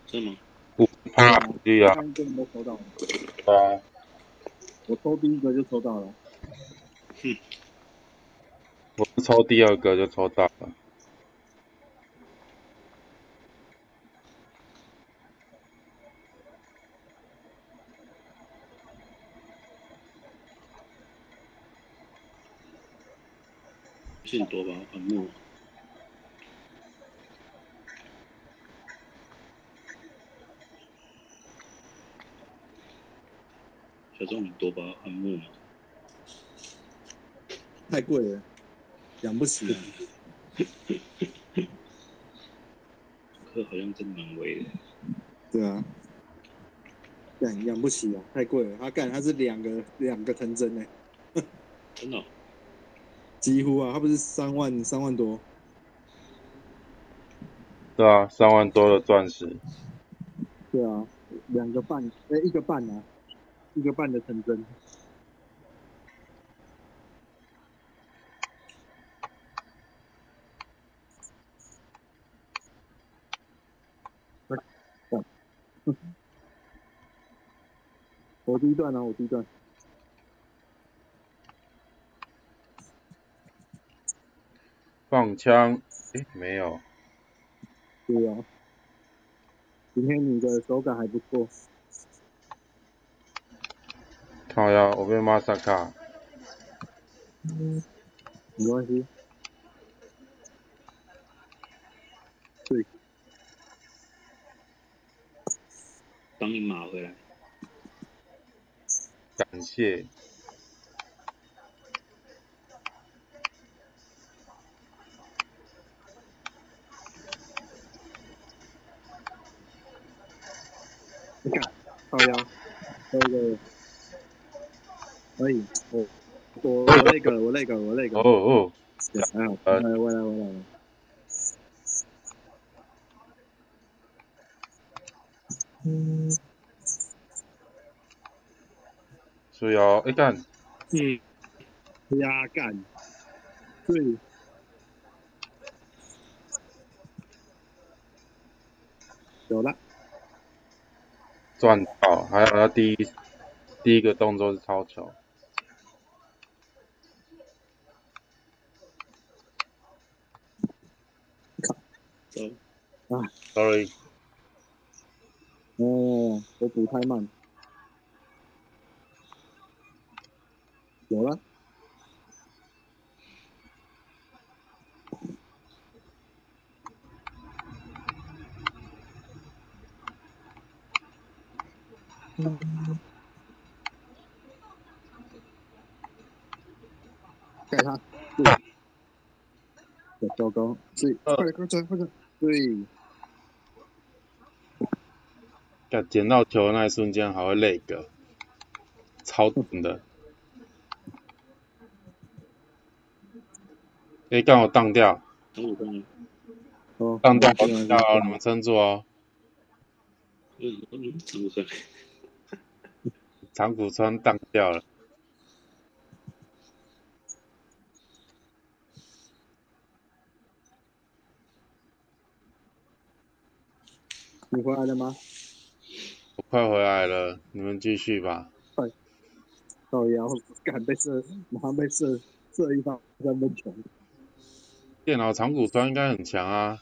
真的吗？ 怕对啊， 对啊， 刚一个人都抽到了， 对啊， 我抽第一个就抽到了。 我是抽第二个就抽到了。 信多吧，反目。小众你多吧，反目嘛。 太贵了，养不起啊。 克好像真蛮威的。 对啊，干养不起啊，太贵了。他是两个藤真呢， 真的、哦。 几乎啊，他不是三万多。 对啊，3万多的钻石， 对啊，两个半，一个半啊，一个半的藤真。干我第一段啊，我第一段。 放枪，诶，没有， 对啊，今天你的手感还不错。 靠腰，我被马萨卡， 没关系。对， 当你马回来。 感谢， 你看，靠腰，那个可以，我那个，我那个， 哦哦， 对，还好，我来。 所以哦，诶干， 压干，对，有了， 赚到，还有他第一个动作是超球， 走。 啊， sorry， 哦，我补太慢，有了，盖他，对，糟糕，对，快点，快点，对， 干捡到球的那一瞬间还会累个，超准的，诶干我荡掉， 长五段。 哦， 荡掉， 没关系，没关系， 哦， 算了， 你们撑住哦， 长五段。 长谷川荡掉了， 你回来了吗？ 我快回来了，你们继续吧。 快，靠腰，敢被射，马上被射一发3分球， 电脑长谷川应该很强啊，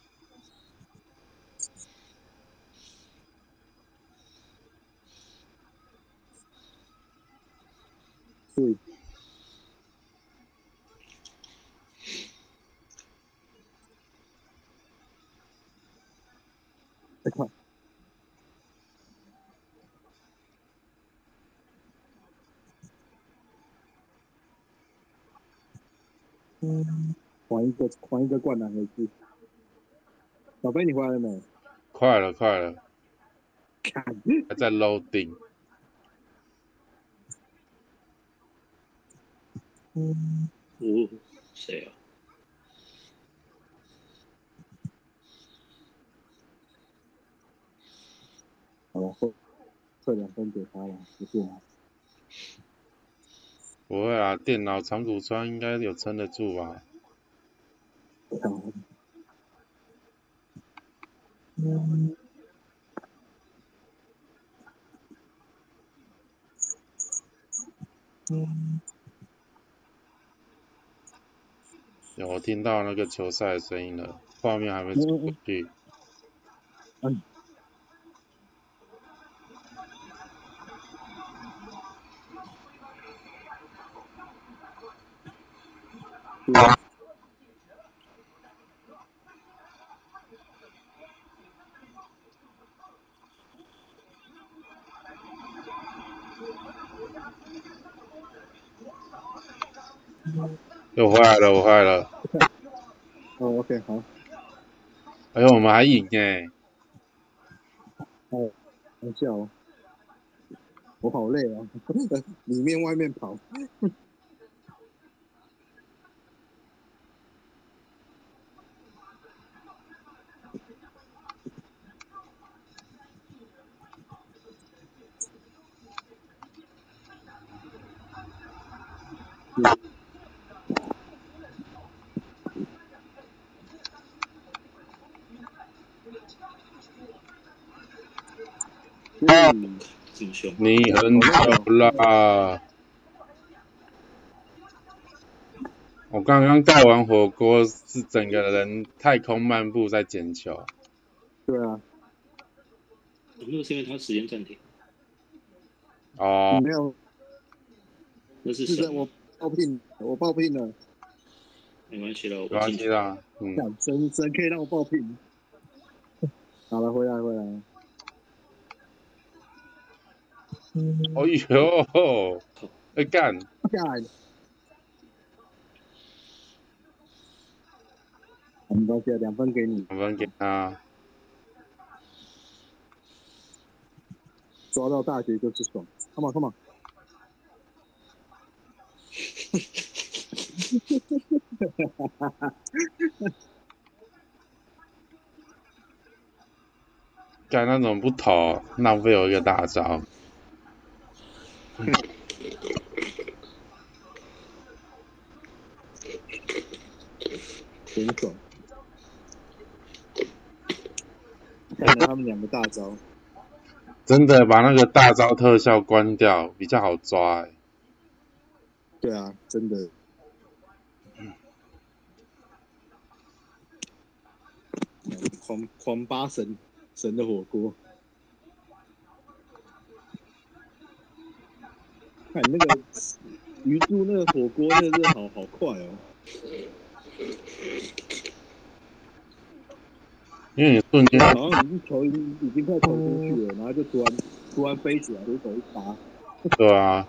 对，再快，还一个灌篮回去，小飞你回来了没？ 快了快了， 看， 还在 loading。 哦，谁啊？ 好了，射2分给他了，不是吗？ 不会啊，电脑长谷川应该有撑得住吧？ 有我听到那个球赛的声音了，画面还没传过去。我回来了，我回来了。 哦，OK， 好。 哎呦，我们还赢哎！ 哦，好笑哦，我好累啊，里面外面跑。 这么凶， 你很丑啦！我刚刚盖完火锅，是整个人太空漫步在捡球。 对啊， 那个是因为它时间暂停， 哦， 没有， 那是神， 是的，我爆聘了， 没关系了， 没我进去。 关系啦。 神可以让我爆聘。好了，回来。 哎呦，干！ 干，没关系，2分给你， 2分给他。 抓到大学就是爽。Come on。 干那种不投，浪费我一个大招。 很爽。看了他们2个大招。 真的把那个大招特效关掉，比较好抓欸。 对啊，真的。狂扒神的火锅。看那个鱼柱那个火锅，那个好快哦。 因为你瞬间好像你球已经快投出去了，然后就突然飞起来，随手一扒。 对啊，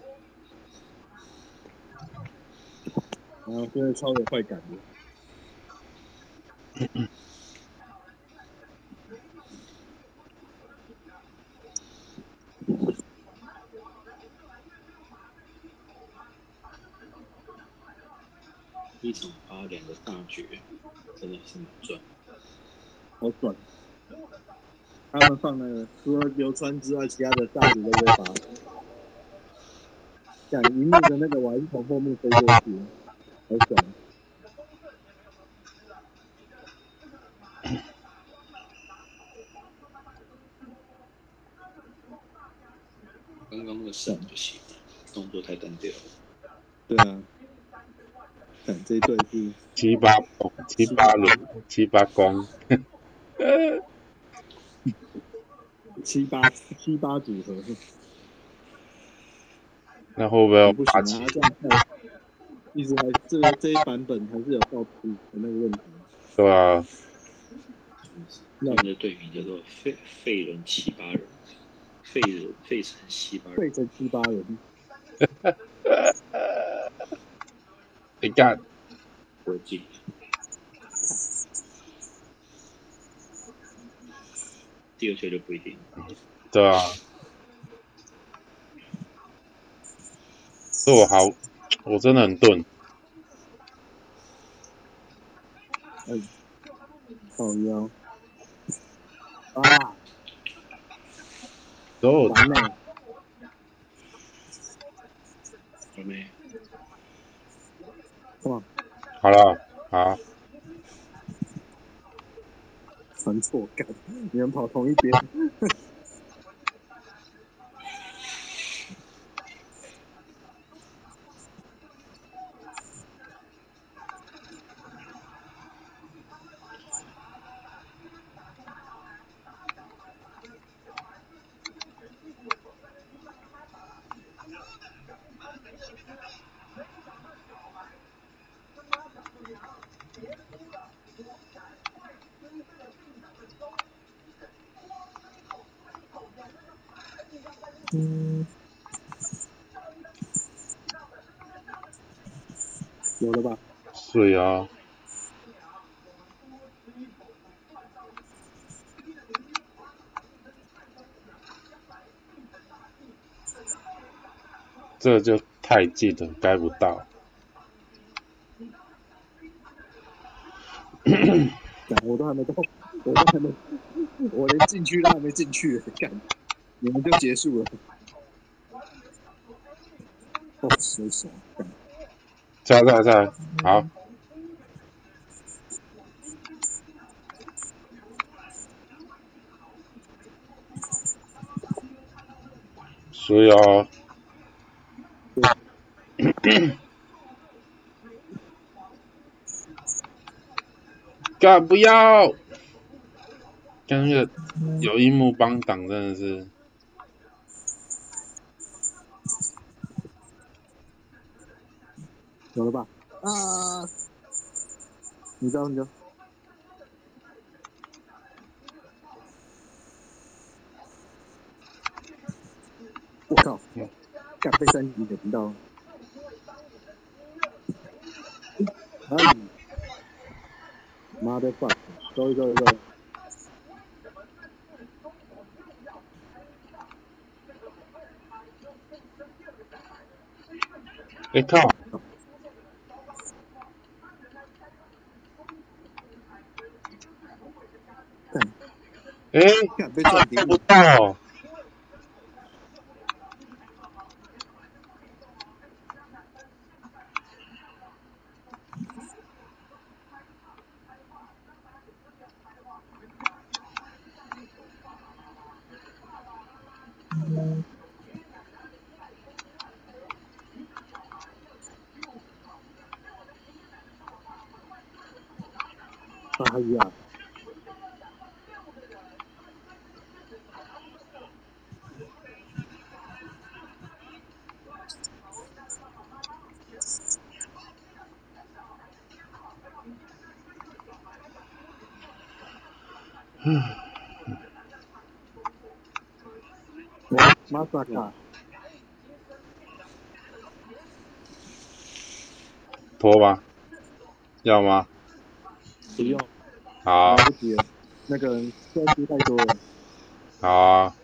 然后真的超有快感的。 一场8两个大绝，真的是蛮赚。 好爽！他们放那个除了流川之外，其他的大组都会发。像荧幕的那个，我还是从后面飞过去，好爽！ 刚刚那个神不行，动作太单调了。 对啊，看这一队是 7、8攻， 七八组合。 那会不会有不行啊，他这样看，一直还这一版本还是有爆出的那个问题。 对啊， 他们的队名叫做废人7、8人，费城7、8人， 费城7、8人。 你干， 我记得。第2球就不一定。 对啊，我真的很钝。 靠腰啊！ 都完了， 有没？ 哇， 好了，好， 传错干，你们跑同一边。 有了吧？ 水哦。这就太近了，该不到。 我都还没到，我连进去都还没进去，干，你们就结束了。哦，水手，干， 再，好。水哦。干不要！刚那个有樱木帮挡，真的是。 有了吧？啊！你知道。我靠！干被三级点到。哎，妈的 fuck！走。 靠！ 干被撞停不到。 哎呀！马萨卡。 拖吧？要吗？ 不用。 好。 来不及了，那个人分数太多了。 好啊。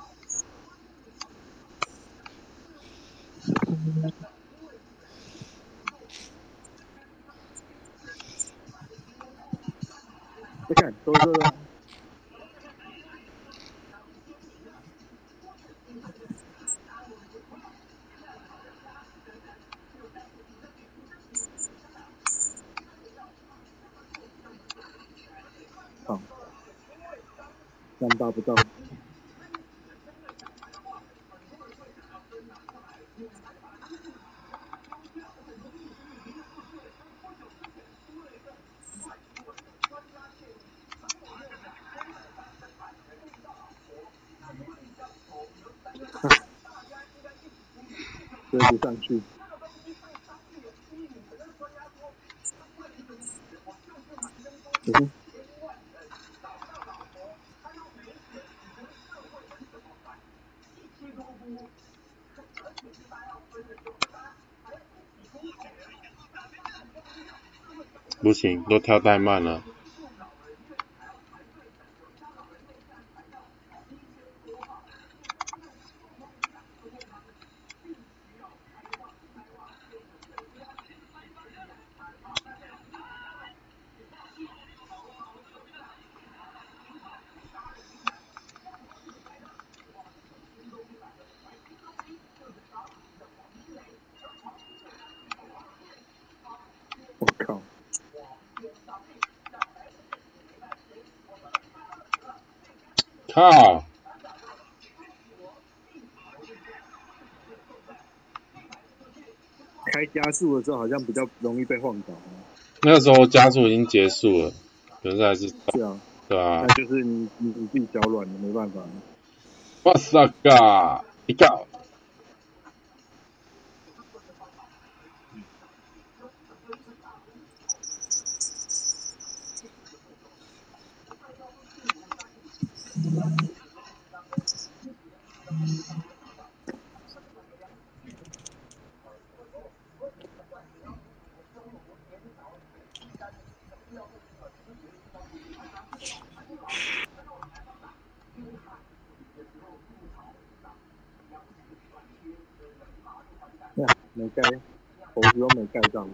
再看，走。好，3打不到。追不上去。 不行，都跳太慢了。 我靠！ 靠！ 开加速的时候好像比较容易被晃倒。 那个时候加速已经结束了，可是还是。 是啊。 对啊。 那就是你自己脚软了，没办法。 哇塞嘎！你靠！ 没盖，猴子都没盖上，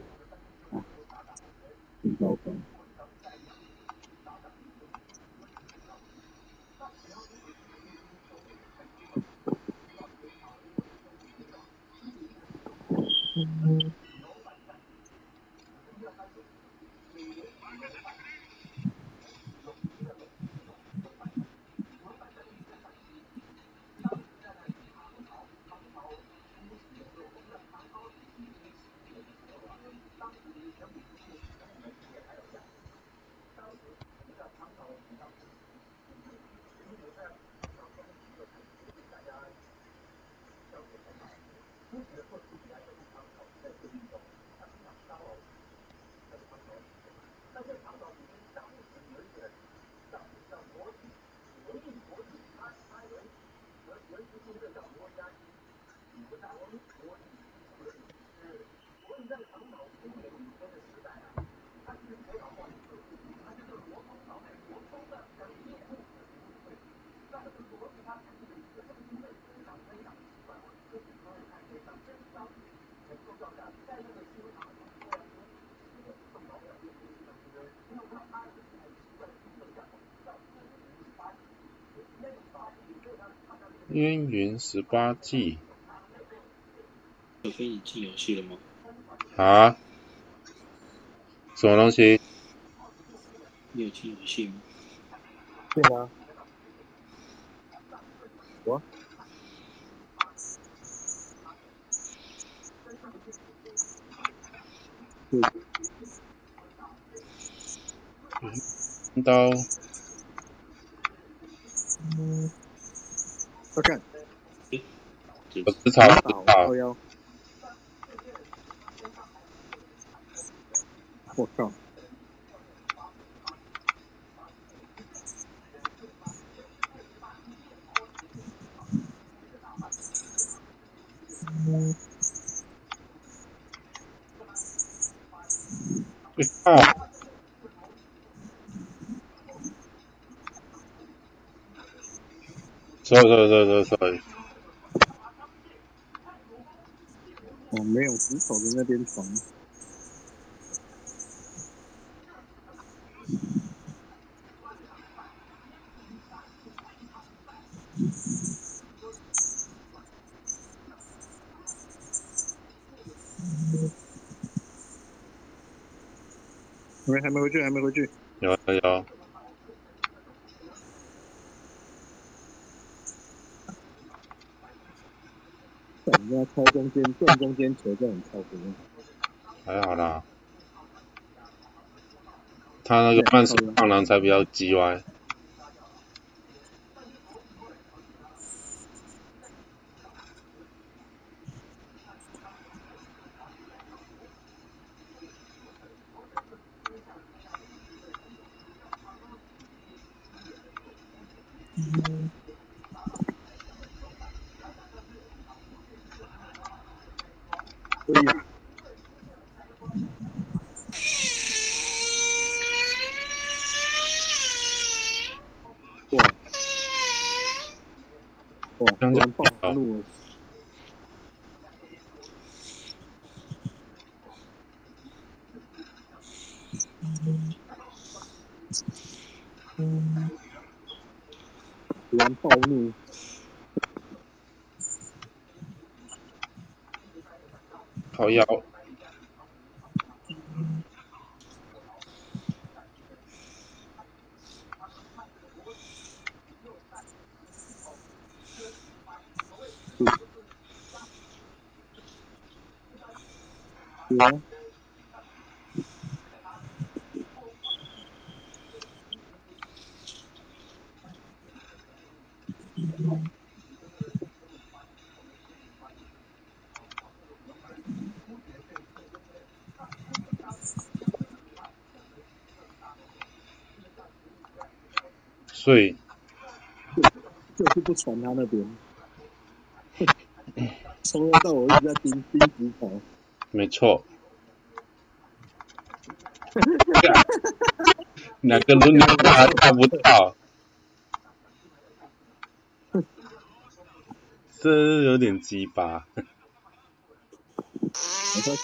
挺糟糕。 烟云18季小飞，你进游戏了吗？ 啊？什么东西？ 你有进游戏吗？ 对啊，我刀要干， 这我吃草吃打草靠，腰，我靠， 靠！sorry， 我没有扶手的那边床。还没回去，还没回去。 有， 人家超中间正中间球就很靠边。 还好啦。他那个慢速放篮才比较鸡歪。 哎呀，哇，突然暴怒了。突然暴怒， 靠腰。 我所以就是不传他那边，从头到尾一直在盯直跑。 没错。哪个轮流打打不到？ 这有点鸡巴。 我说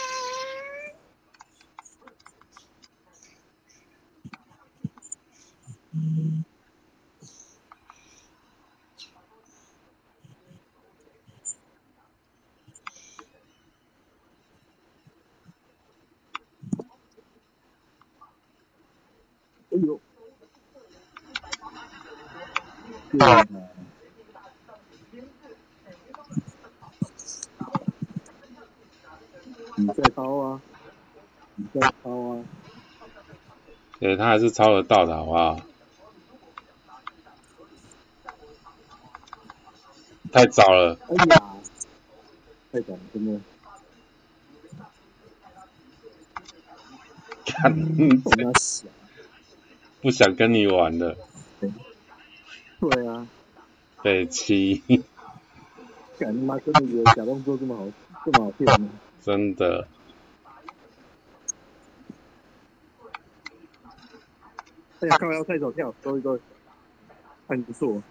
哎呦，你在抄啊，你在抄啊， 对，他还是抄得到的，好不好？太早了， 哎呀，太早了，真的， 看， 我们要想， 不想跟你玩了， 对啊， 北七， 干他妈真的以为假动作这么好骗呢？ 真的。 哎呀，靠腰太手跳，收一收，很不错。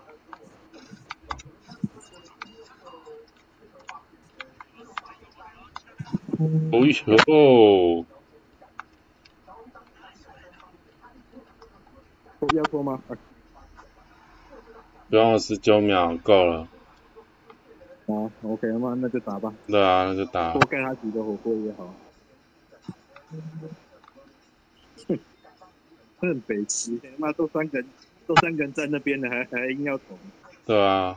哦呦， 要拖吗？啊， 不用19秒够了。 好 OK 了吗？那就打吧， 对啊，那就打。 多盖他几个火锅也好。很北齐，他妈都三个人在那边了，还硬要投。 对啊，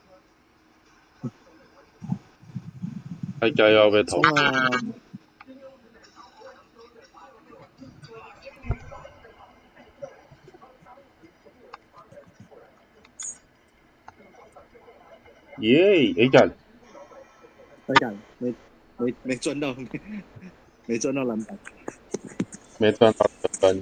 他应该要被投。 啊！ 耶，哎干， 来干，没赚到，没赚到篮板。 没赚到得分。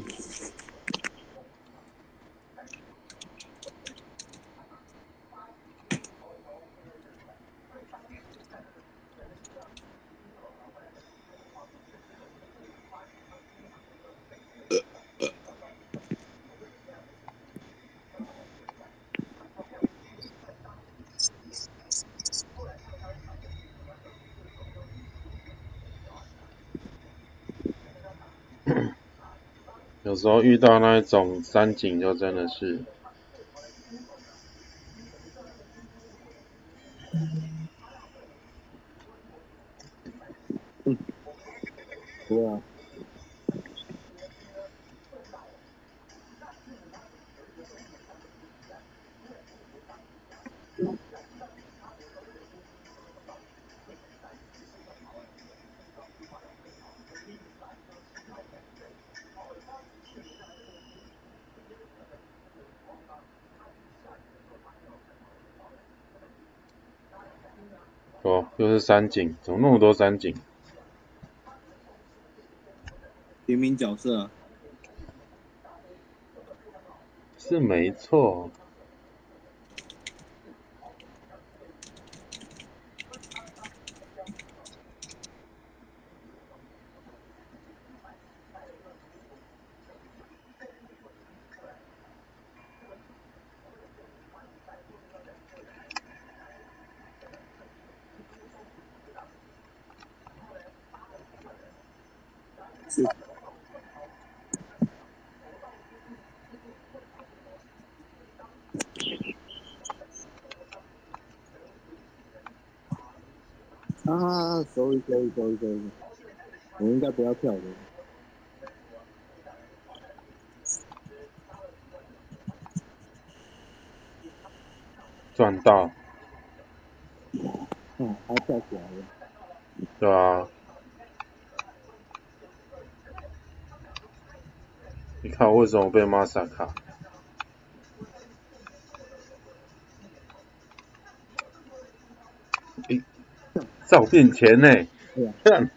有时候遇到那一种三井，就真的是对啊， 哦，又是三井，怎么那么多三井？ 平民角色啊。 是没错。 是啊，收一，我应该不要跳的。 赚到， 还跳起来了。 对啊。你看我为什么被马萨卡？诶，在我面前呢、 对啊， 看，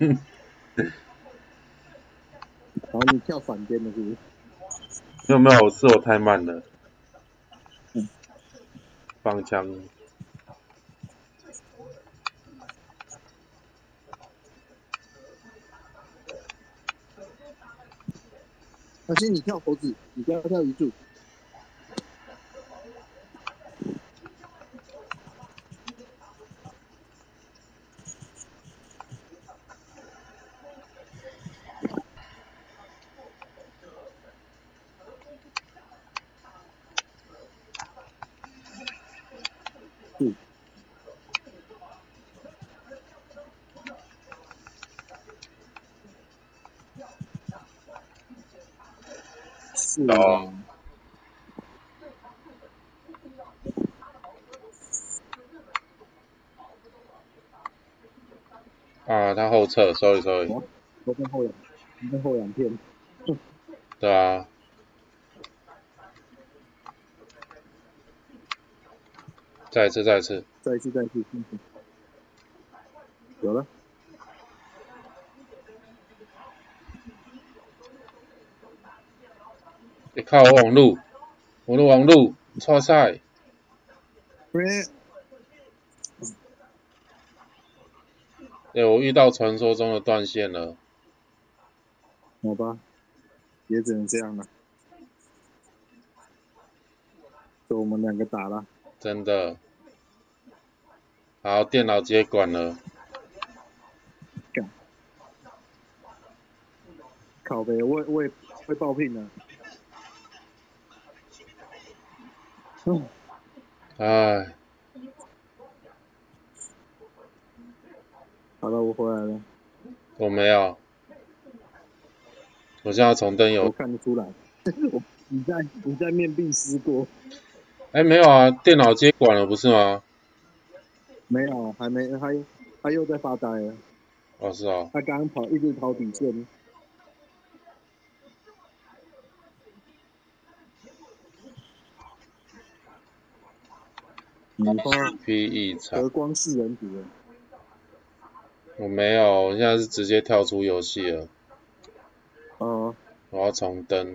然后你跳反边的是不是？ 有没有？是我太慢了， 嗯， 放枪。 小心你跳猴子，你不要跳鱼柱。 是的。 啊，他后撤 ，sorry， 我跟后仰片。 对啊，再一次， 再一次，有了。 你靠我网路，我的网路错赛。对，我遇到传说中的断线了。 好吧，也只能这样了。就我们两个打了。 真的。好，电脑接管了。 靠北，我也会爆聘了。 唉。 好了，我回来了。 我没有。我现在重登游。 我看得出来。你在面壁思过。 哎，没有啊，电脑接管了不是吗？ 没有，还没，他又在发呆了。 哦，是哦。 他刚刚一直跑底线。你发 P 异常。 和光4人组了。 我没有，我现在是直接跳出游戏了。 哦。 我要重登。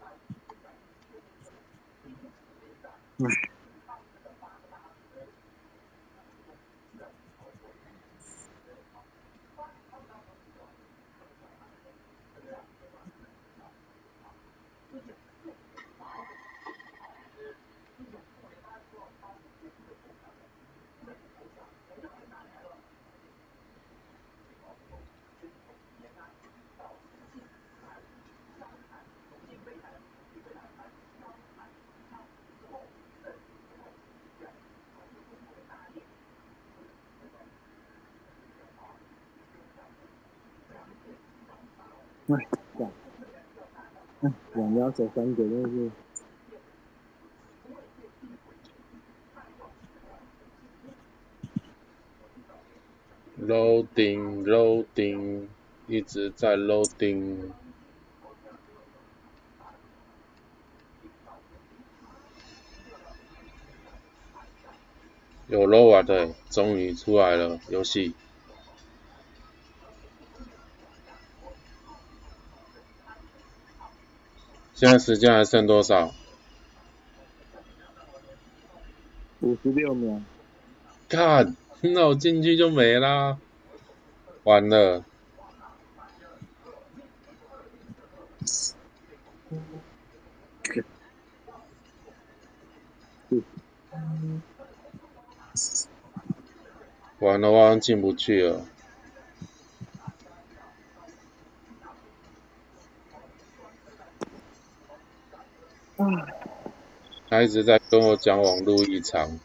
两要走3个，真的是。 loading，一直在 loading。有 load 的，终于出来了游戏。现在时间还剩多少 56秒。 看，那我进去就没啦，完了。完了，我好像进不去了。他一直在跟我讲网络异常。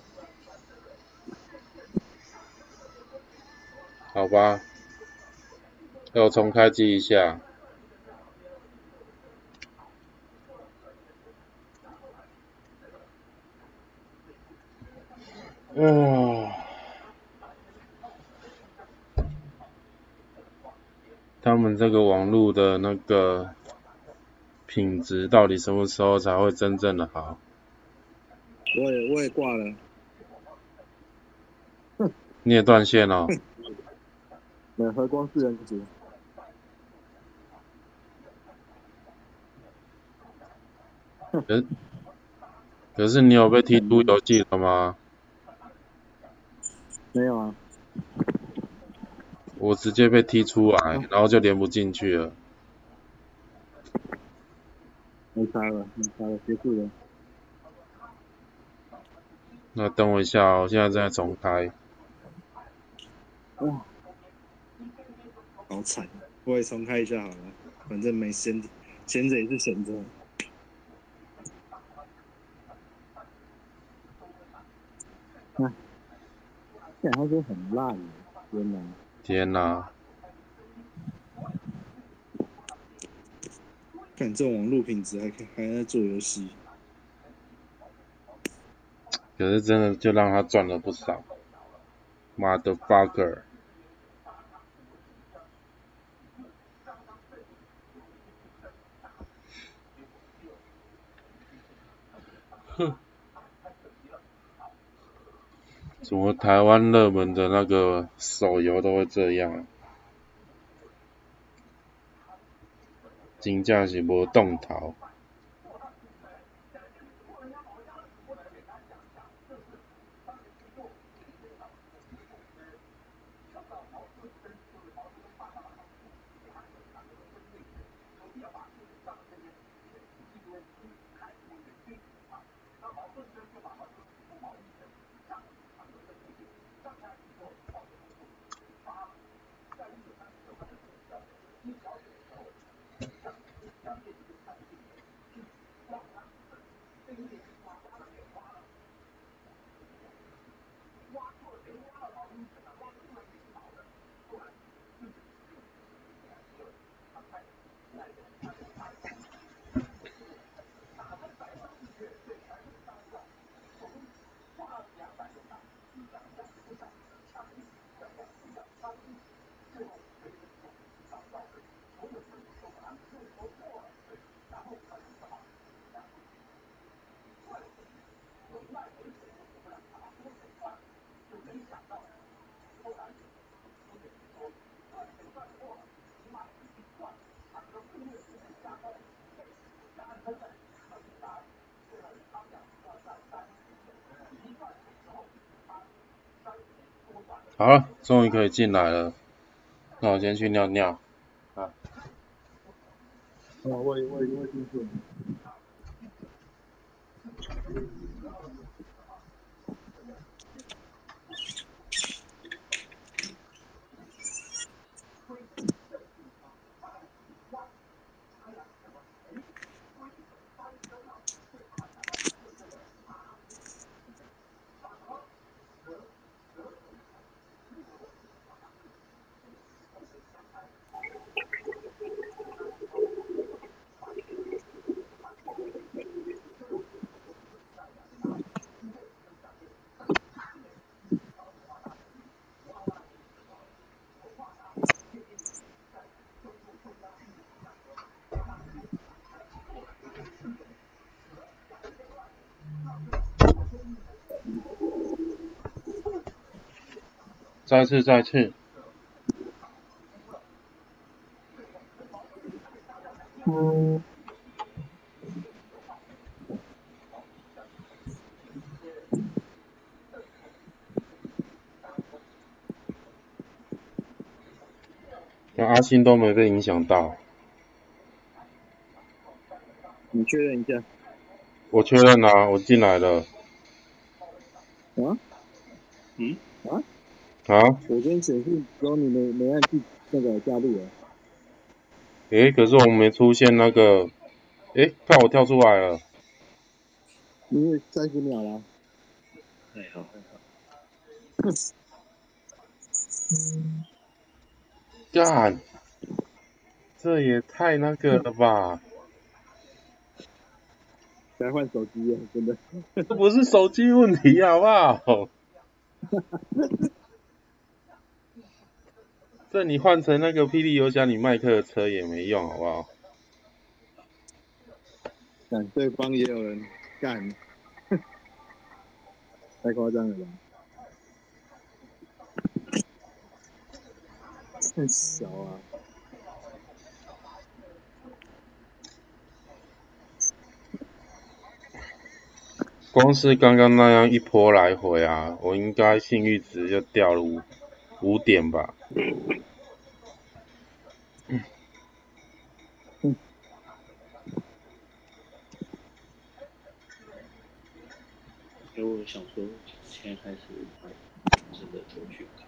好吧，要我重开机一下。他们这个网络的那个品质到底什么时候才会真正的好？ 我也挂了。 你也断线哦。 没和光4人组。 可是你有被踢出游戏了吗？ 没有啊。 我直接被踢出来，然后就连不进去了。 没差了，结束了。 那等我一下哦，我现在在重开。 哇，好惨！我也重开一下好了，反正没闲着也是闲着。 看他说很烂，天哪！ 天哪！ 看这种网络品质还在做游戏， 可是真的就让他赚了不少。Motherfucker！ 哼，怎么台湾热门的那个手游都会这样？真正是无动头。好了，终于可以进来了。那我先去尿尿。啊。 我进去了。 再次。那阿星都没被影响到。 你确认一下。 我确认啊，我进来了。 我跟显示只有你没按去那个加入了。 可是我没出现那个，看我跳出来了。 因为30秒啦。 还好。 干，这也太那个了吧！ 该换手机了，真的。 这不是手机问题，好不好？这你换成那个霹雳游侠你麦克的车也没用，好不好？ 干，对方也有人干，太夸张了吧？太小啊！ 光是刚刚那样一波来回啊，我应该信誉值就掉了5点吧。 因为我想说，现在开始真的走去看。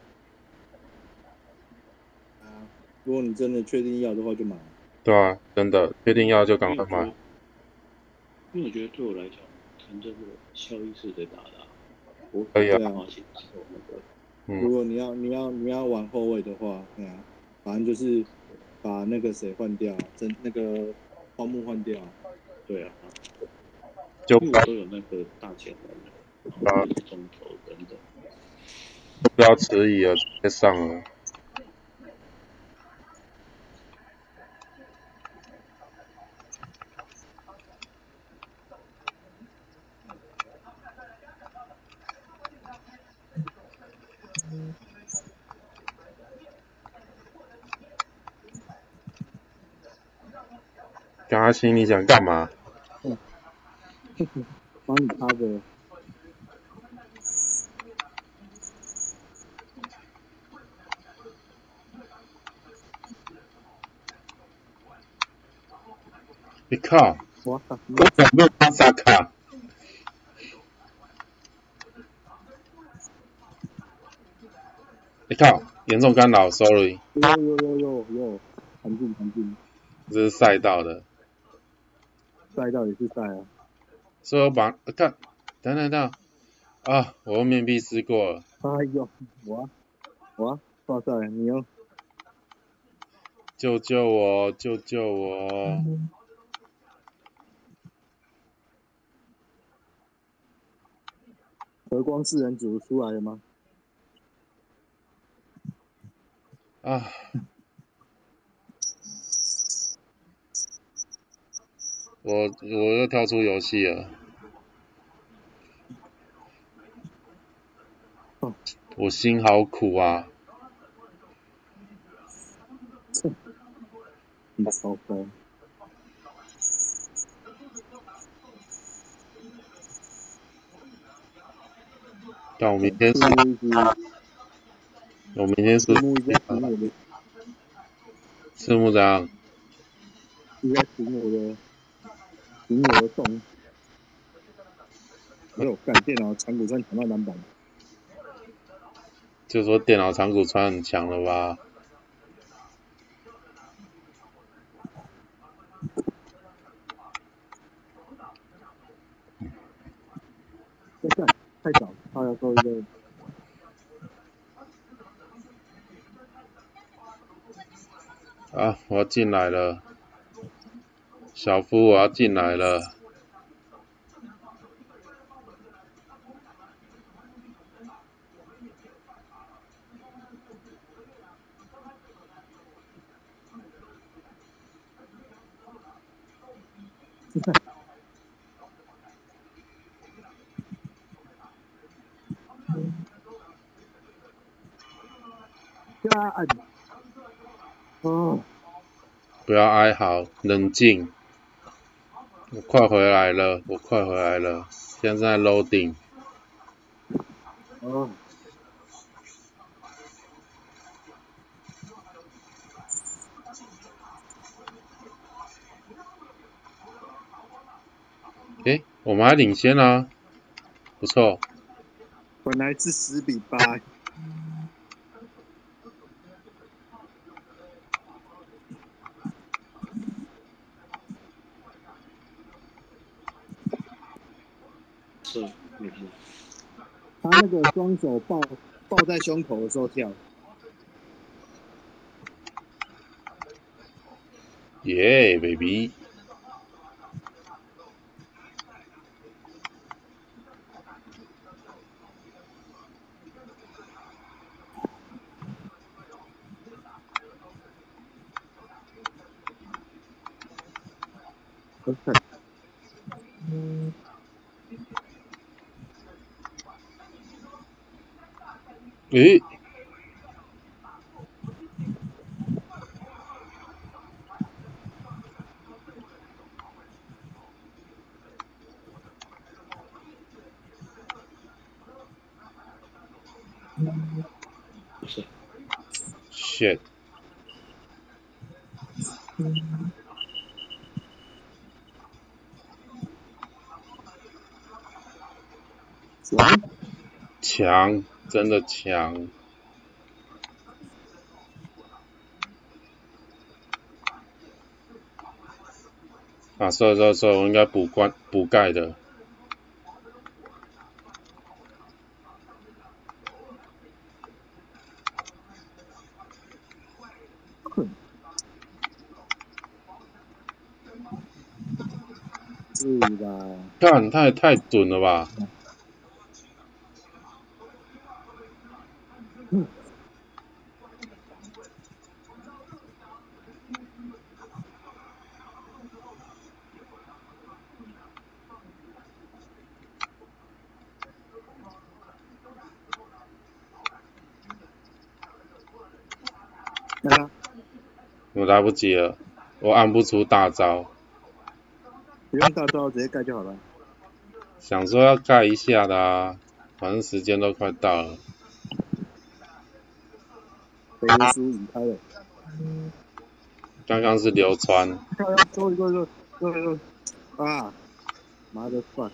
如果你真的确定要的话，就买。 对啊，真的确定要就赶快买。 因为我觉得对我来讲，真的效益是最大的。 我可以啊对啊，其实有那个如果你要玩后卫的话，对啊，反正就是把那个谁换掉，那个荒木换掉。 对啊， 就因为我都有那个大前锋的，然后就是中投等等。 不要迟疑了，直接上了。刚刚心里想干嘛？ 帮你 cover。 你靠！ 哇， 我怎么没有巴萨卡？你靠！严重干扰 ，sorry， 有，弹进， 这是赛道的， 赛到底是赛啊！ 所以我把看，等啊，我又面壁思过了， 哎呦，哇塞，你又救救我，救救我！ 和光四人组出来了吗？ 啊，我又跳出游戏了， 哦， 我心好苦啊！ 你超高。 但我明天是，我明天是赤木一直在顶我的， 赤木怎样？ 一直在顶我的洞。哎呦，干电脑长谷川抢到篮板， 就说电脑长谷川很强了吧？ 干太早，他要做一个啊，我要进来了，小夫我要进来了。 干哦， 不要哀嚎，冷静。我快回来了，现在 loading。 哦， 诶，我们还领先啊，不错。 本来是10-8， 是没错。 他那个双手抱在胸口的时候跳， 耶、baby。诶， 不是， shit。强，真的强。啊，算了，我应该补盖的。 至于吧？ 看他也太准了吧！ 来吧， 我来不及了，我按不出大招， 不用大招，直接盖就好了。 想说要盖一下的啊，反正时间都快到了。 北耶稣引开了， 刚刚是流川， 靠！终于，啊！妈的 fuck！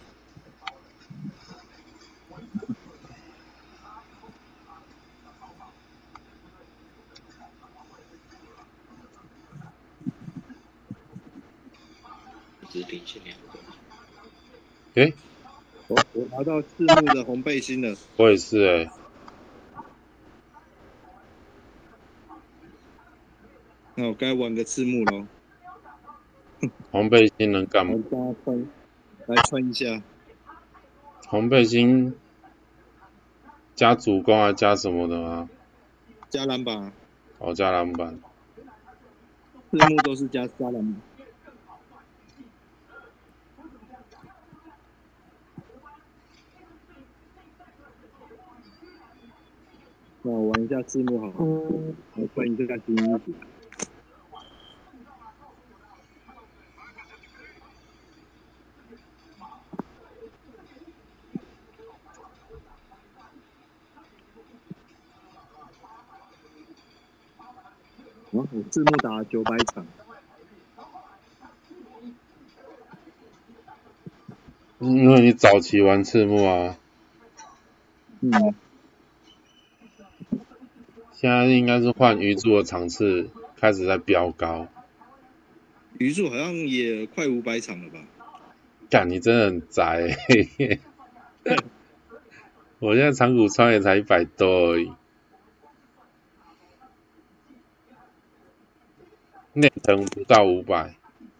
只领先2个。 诶， 我拿到赤木的红背心了。 我也是诶， 那我该玩个赤木喽。 红背心能干嘛？ 来大家穿一下。 红背心加主攻还加什么的吗？ 加篮板， 哦，加篮板。 赤木都是加篮板。那我玩一下赤木好了，来穿一下新衣服。我赤木打了900场， 因为你早期玩赤木啊，现在应该是换鱼柱的场次开始在飙高。 鱼柱好像也快500场了吧？ 干，你真的很宅欸我现在长谷川也才100多而已，内藤不到500。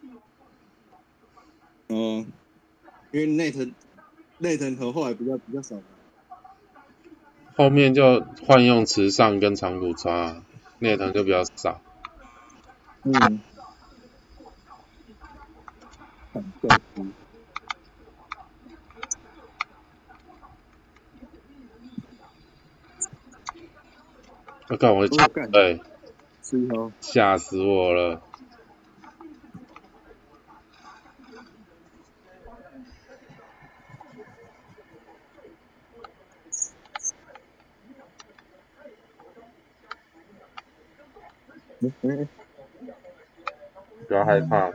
哦，因为内藤和后来比较少。 后面就换用池上跟长谷川啊，内藤就比较少。 很笑死。 我靠，我干， 对， 是哦。 吓死我了。不要害怕。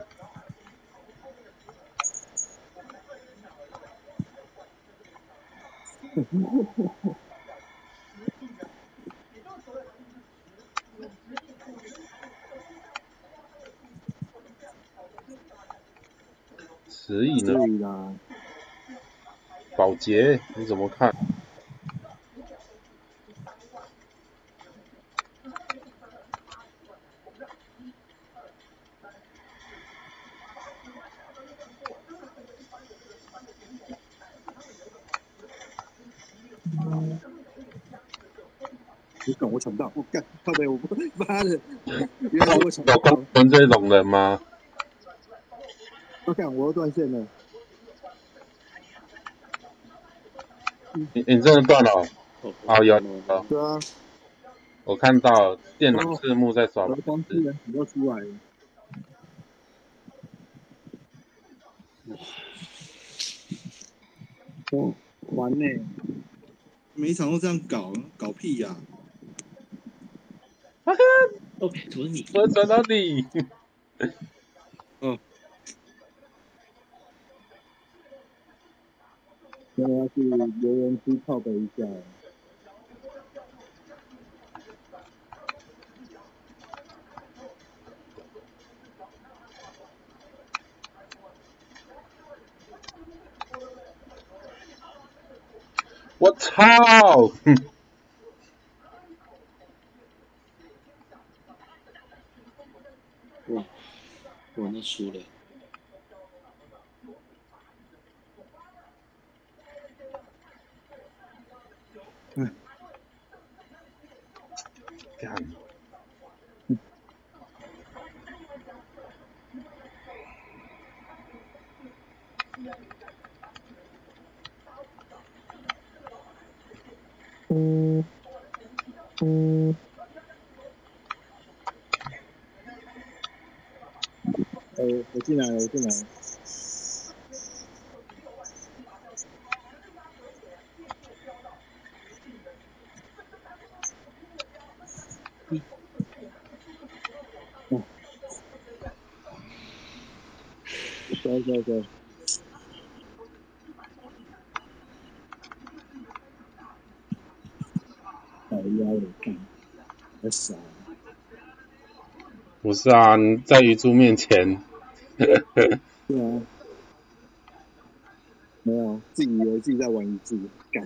迟疑呢？ 啦。 保洁你怎么看？ 我抢不到，我干，靠北，妈的，原来是我抢不有到。 跟这种人吗？ 我干，我又断线了。 你真的断了？哦，有， 对啊， 我看到电脑字幕在刷。 我的光之人又出来了。哦，完呢，每一场都这样搞屁呀！ OK，怎么你？ 我转到你。 哦，那我要去留言区靠北一下。 我操！ 哇，那输了。 干， 我进来了，我进来了。走。好妖的，干，太傻了。 不是啊，你在鱼珠面前， 对啊，没有，自己以为自己在玩鱼柱，干。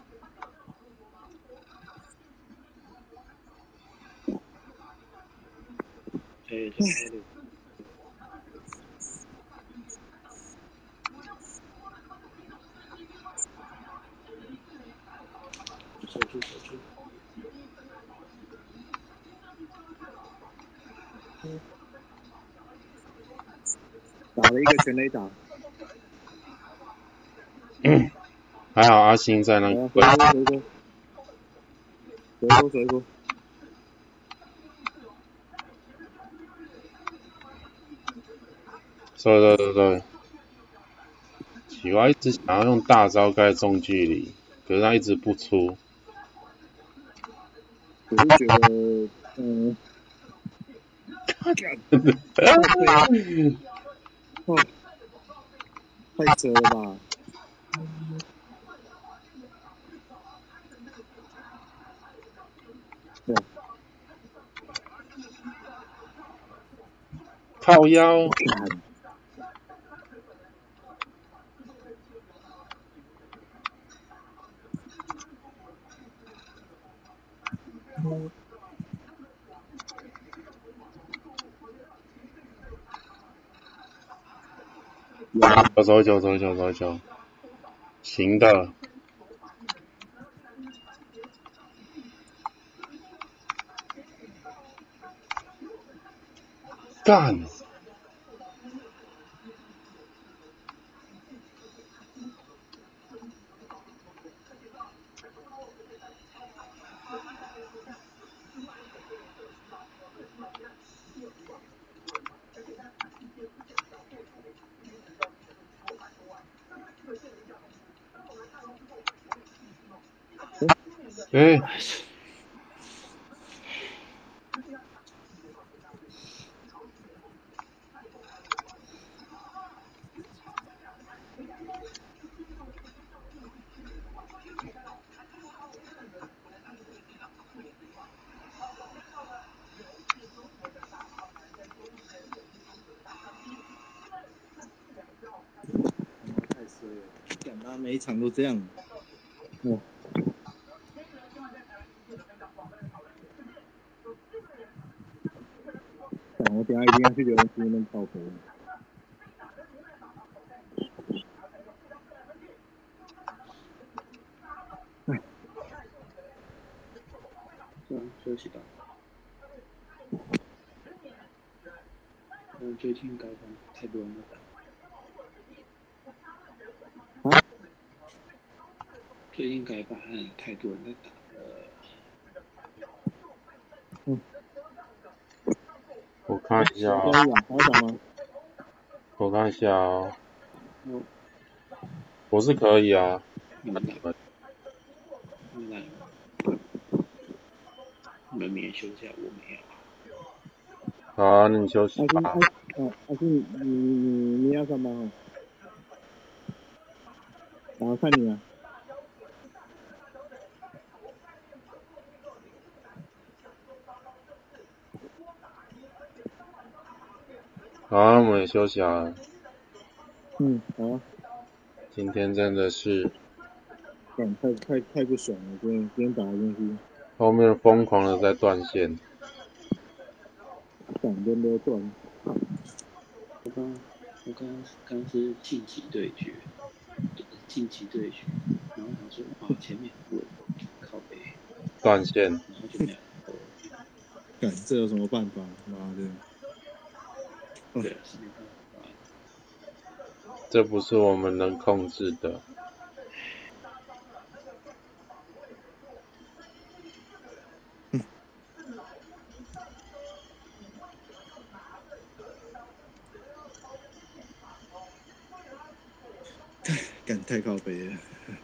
哎，守住。 打了一个全垒打。 还好阿星在那个。 回锅。 对，奇怪，一直想要用大招盖中距离，可是他一直不出。 我是觉得，太扯了吧！ 靠腰。走，行的。干。 太衰了，干他每一场都这样。我等下一定要去留言区那边报仇。 休息吧。最近改版太多人在打。最近改版太多人在打了。 我看一下哦。我看一下哦。我是可以啊。 你们明天休假，我没有。 好啊，那你休息吧。 阿信，你要上班哦。然后看你啊。 好啊，我们也休息啊。 好啊。 今天真的是。 太不爽了，今天打的东西。 后面疯狂的在断线。 两边都断。 我刚是晋级对决，然后想说哇前面很稳，靠断线。 然后就没有。 干，这有什么办法？妈的！ 对啊，是没办法。 这不是我们能控制的。 干太靠北了。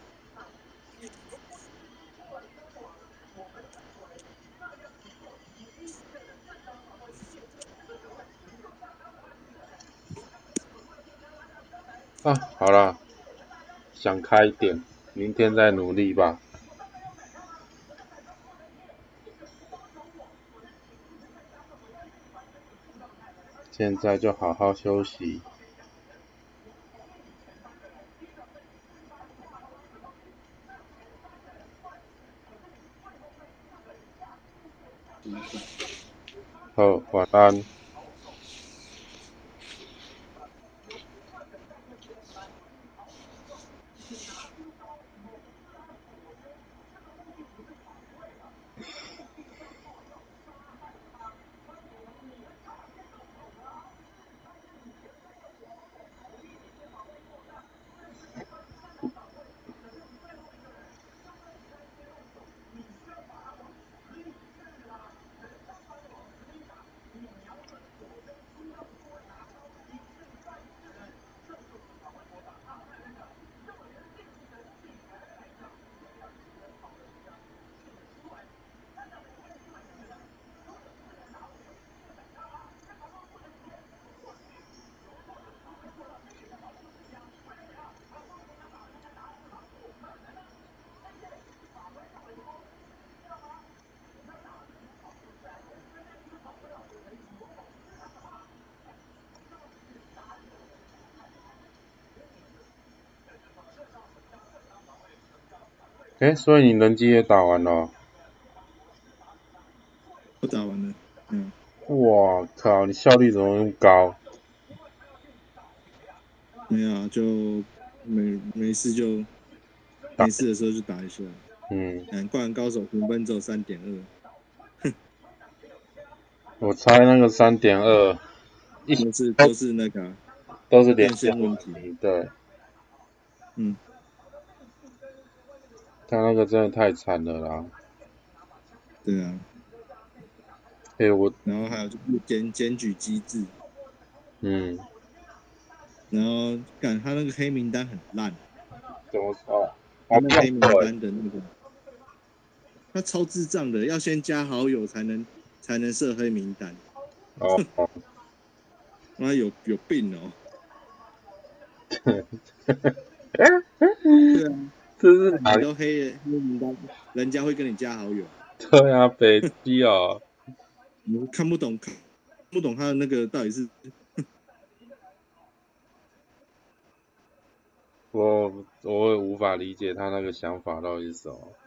啊，好啦，想开一点，明天再努力吧。现在就好好休息。好，晚安。所以你人机也打完了？ 我打完了。嗯。 哇靠，你效率怎么那么高？ 没有啊，就没事就没事的时候就打一下。灌篮高手评分只有3.2。 我猜那个3.2， 都是那个都是连电线问题。 对。 嗯。 他那个真的太惨了啦。 对啊。然后还有就是检举机制。然后干他那个黑名单很烂。 怎么说？ 他那个黑名单的那个，他超智障的，要先加好友才能设黑名单。 哦。 妈有病哦。对啊。 这是你都黑名单，人家会跟你加好友。 对啊，北基哦。 你看不懂他的那个到底是。 我也无法理解他那个想法到底是什么。